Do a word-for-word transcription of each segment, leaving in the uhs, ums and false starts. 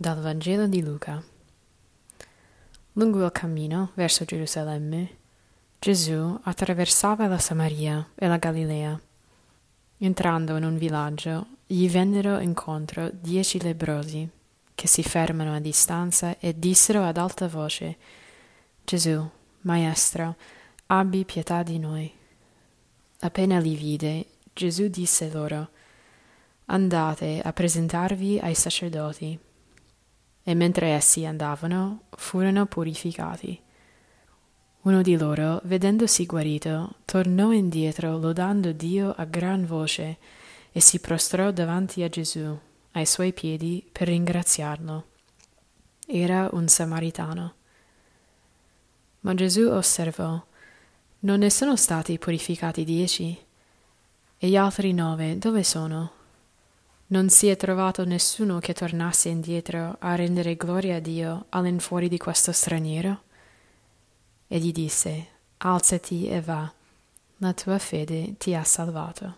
Dal Vangelo di Luca. Lungo il cammino verso Gerusalemme, Gesù attraversava la Samaria e la Galilea. Entrando in un villaggio, gli vennero incontro dieci lebbrosi, che si fermano a distanza e dissero ad alta voce: Gesù, Maestro, abbi pietà di noi. Appena li vide, Gesù disse loro: Andate a presentarvi ai sacerdoti. E mentre essi andavano, furono purificati. Uno di loro, vedendosi guarito, tornò indietro lodando Dio a gran voce e si prostrò davanti a Gesù, ai suoi piedi, per ringraziarlo. Era un samaritano. Ma Gesù osservò: Non ne sono stati purificati dieci? E gli altri nove dove sono? Non si è trovato nessuno che tornasse indietro a rendere gloria a Dio all'infuori di questo straniero? E gli disse: Alzati e va, la tua fede ti ha salvato.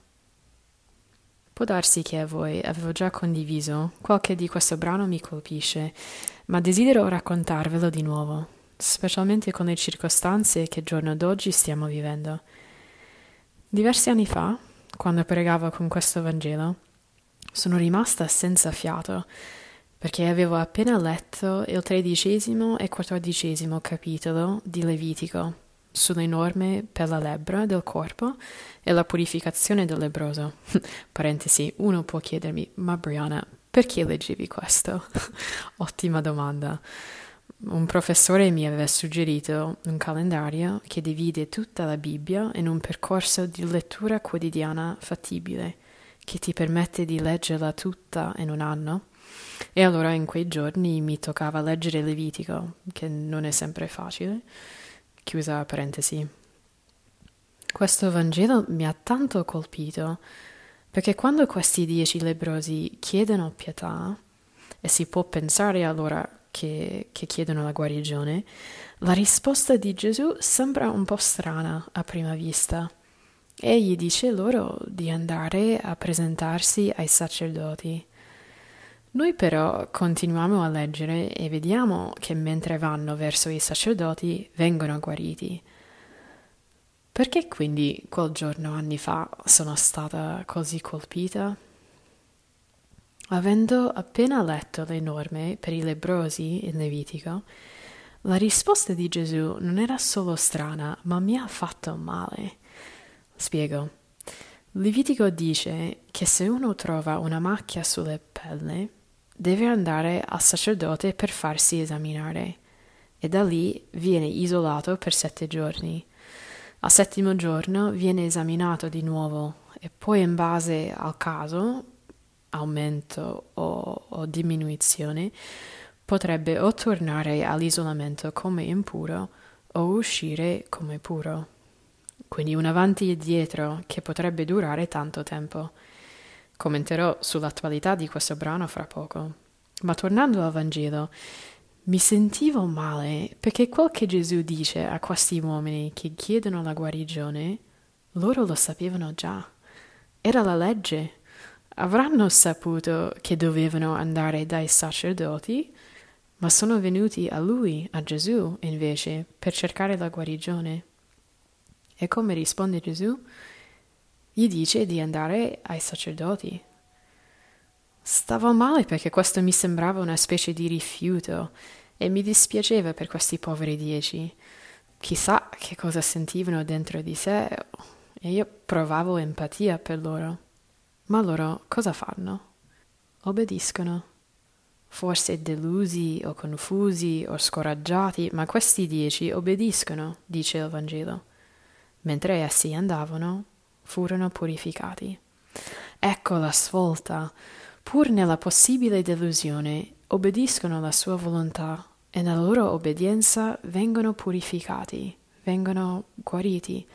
Può darsi che a voi avevo già condiviso, qualche di questo brano mi colpisce, ma desidero raccontarvelo di nuovo, specialmente con le circostanze che giorno d'oggi stiamo vivendo. Diversi anni fa, quando pregavo con questo Vangelo, sono rimasta senza fiato, perché avevo appena letto il tredicesimo e quattordicesimo capitolo di Levitico sulle norme per la lebbra del corpo e la purificazione del lebbroso. Parentesi, uno può chiedermi: ma Brianna, perché leggevi questo? Ottima domanda. Un professore mi aveva suggerito un calendario che divide tutta la Bibbia in un percorso di lettura quotidiana fattibile, che ti permette di leggerla tutta in un anno. E allora in quei giorni mi toccava leggere Levitico, che non è sempre facile. Chiusa parentesi. Questo Vangelo mi ha tanto colpito, perché quando questi dieci lebbrosi chiedono pietà, e si può pensare allora che, che chiedono la guarigione, la risposta di Gesù sembra un po' strana a prima vista. Egli dice loro di andare a presentarsi ai sacerdoti. Noi però continuiamo a leggere e vediamo che mentre vanno verso i sacerdoti vengono guariti. Perché quindi quel giorno anni fa sono stata così colpita? Avendo appena letto le norme per i lebbrosi in Levitico, la risposta di Gesù non era solo strana, ma mi ha fatto male. Spiego. Levitico dice che se uno trova una macchia sulla pelle, deve andare al sacerdote per farsi esaminare, e da lì viene isolato per sette giorni. Al settimo giorno viene esaminato di nuovo e poi, in base al caso, aumento o, o diminuzione, potrebbe o tornare all'isolamento come impuro o uscire come puro. Quindi un avanti e dietro che potrebbe durare tanto tempo. Commenterò sull'attualità di questo brano fra poco. Ma tornando al Vangelo, mi sentivo male perché quel che Gesù dice a questi uomini che chiedono la guarigione, loro lo sapevano già. Era la legge. Avranno saputo che dovevano andare dai sacerdoti, ma sono venuti a lui, a Gesù, invece, per cercare la guarigione. E come risponde Gesù? Gli dice di andare ai sacerdoti. Stavo male perché questo mi sembrava una specie di rifiuto e mi dispiaceva per questi poveri dieci. Chissà che cosa sentivano dentro di sé e io provavo empatia per loro. Ma loro cosa fanno? Obbediscono. Forse delusi o confusi o scoraggiati, ma questi dieci obbediscono, dice il Vangelo. Mentre essi andavano, furono purificati. Ecco la svolta. Pur nella possibile delusione, obbediscono alla sua volontà e nella loro obbedienza vengono purificati, vengono guariti.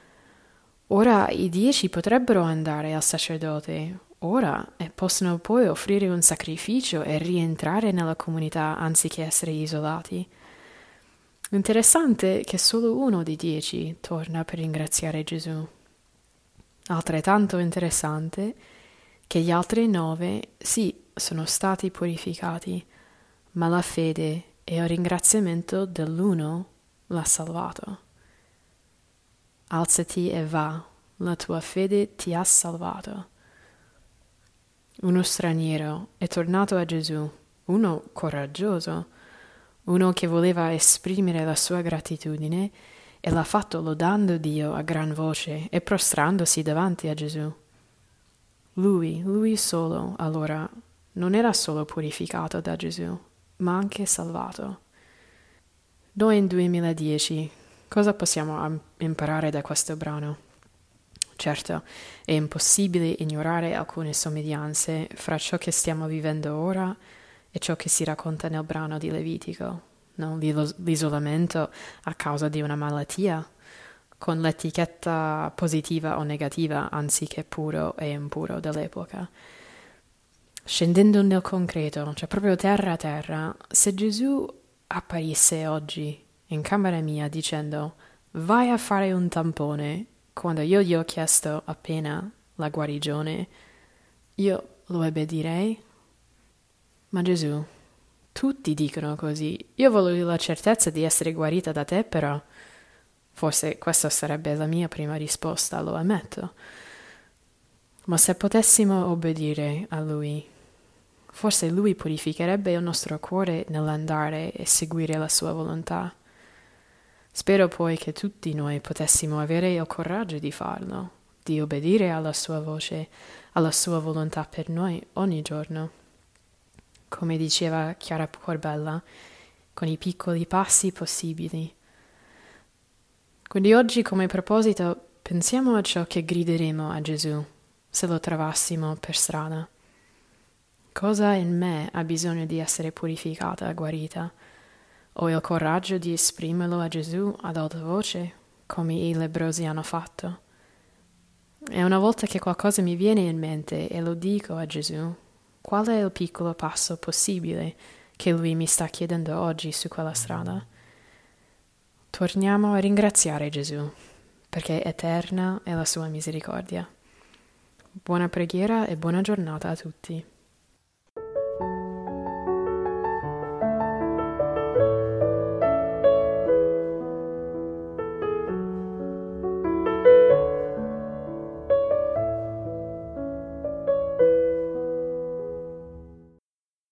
Ora i dieci potrebbero andare al sacerdote, ora, e possono poi offrire un sacrificio e rientrare nella comunità anziché essere isolati. Interessante che solo uno dei dieci torna per ringraziare Gesù. Altrettanto interessante che gli altri nove, sì, sono stati purificati, ma la fede e il ringraziamento dell'uno l'ha salvato. Alzati e va, la tua fede ti ha salvato. Uno straniero è tornato a Gesù, uno coraggioso, uno che voleva esprimere la sua gratitudine e l'ha fatto lodando Dio a gran voce e prostrandosi davanti a Gesù. Lui, lui solo, allora, non era solo purificato da Gesù, ma anche salvato. Noi in duemiladieci, cosa possiamo imparare da questo brano? Certo, è impossibile ignorare alcune somiglianze fra ciò che stiamo vivendo ora e ciò che si racconta nel brano di Levitico, no? L'isolamento a causa di una malattia, con l'etichetta positiva o negativa anziché puro e impuro dell'epoca. Scendendo nel concreto, cioè proprio terra a terra, se Gesù apparisse oggi in camera mia dicendo vai a fare un tampone, quando io gli ho chiesto appena la guarigione, io lo obbedirei? Ma Gesù, tutti dicono così, io voglio la certezza di essere guarita da te, però forse questa sarebbe la mia prima risposta, lo ammetto. Ma se potessimo obbedire a Lui, forse Lui purificherebbe il nostro cuore nell'andare e seguire la sua volontà. Spero poi che tutti noi potessimo avere il coraggio di farlo, di obbedire alla sua voce, alla sua volontà per noi ogni giorno. Come diceva Chiara Corbella, con i piccoli passi possibili. Quindi oggi come proposito pensiamo a ciò che grideremo a Gesù se lo trovassimo per strada. Cosa in me ha bisogno di essere purificata, guarita? Ho il coraggio di esprimerlo a Gesù ad alta voce, come i lebbrosi hanno fatto? E una volta che qualcosa mi viene in mente e lo dico a Gesù, qual è il piccolo passo possibile che Lui mi sta chiedendo oggi su quella strada? Torniamo a ringraziare Gesù, perché eterna è la sua misericordia. Buona preghiera e buona giornata a tutti.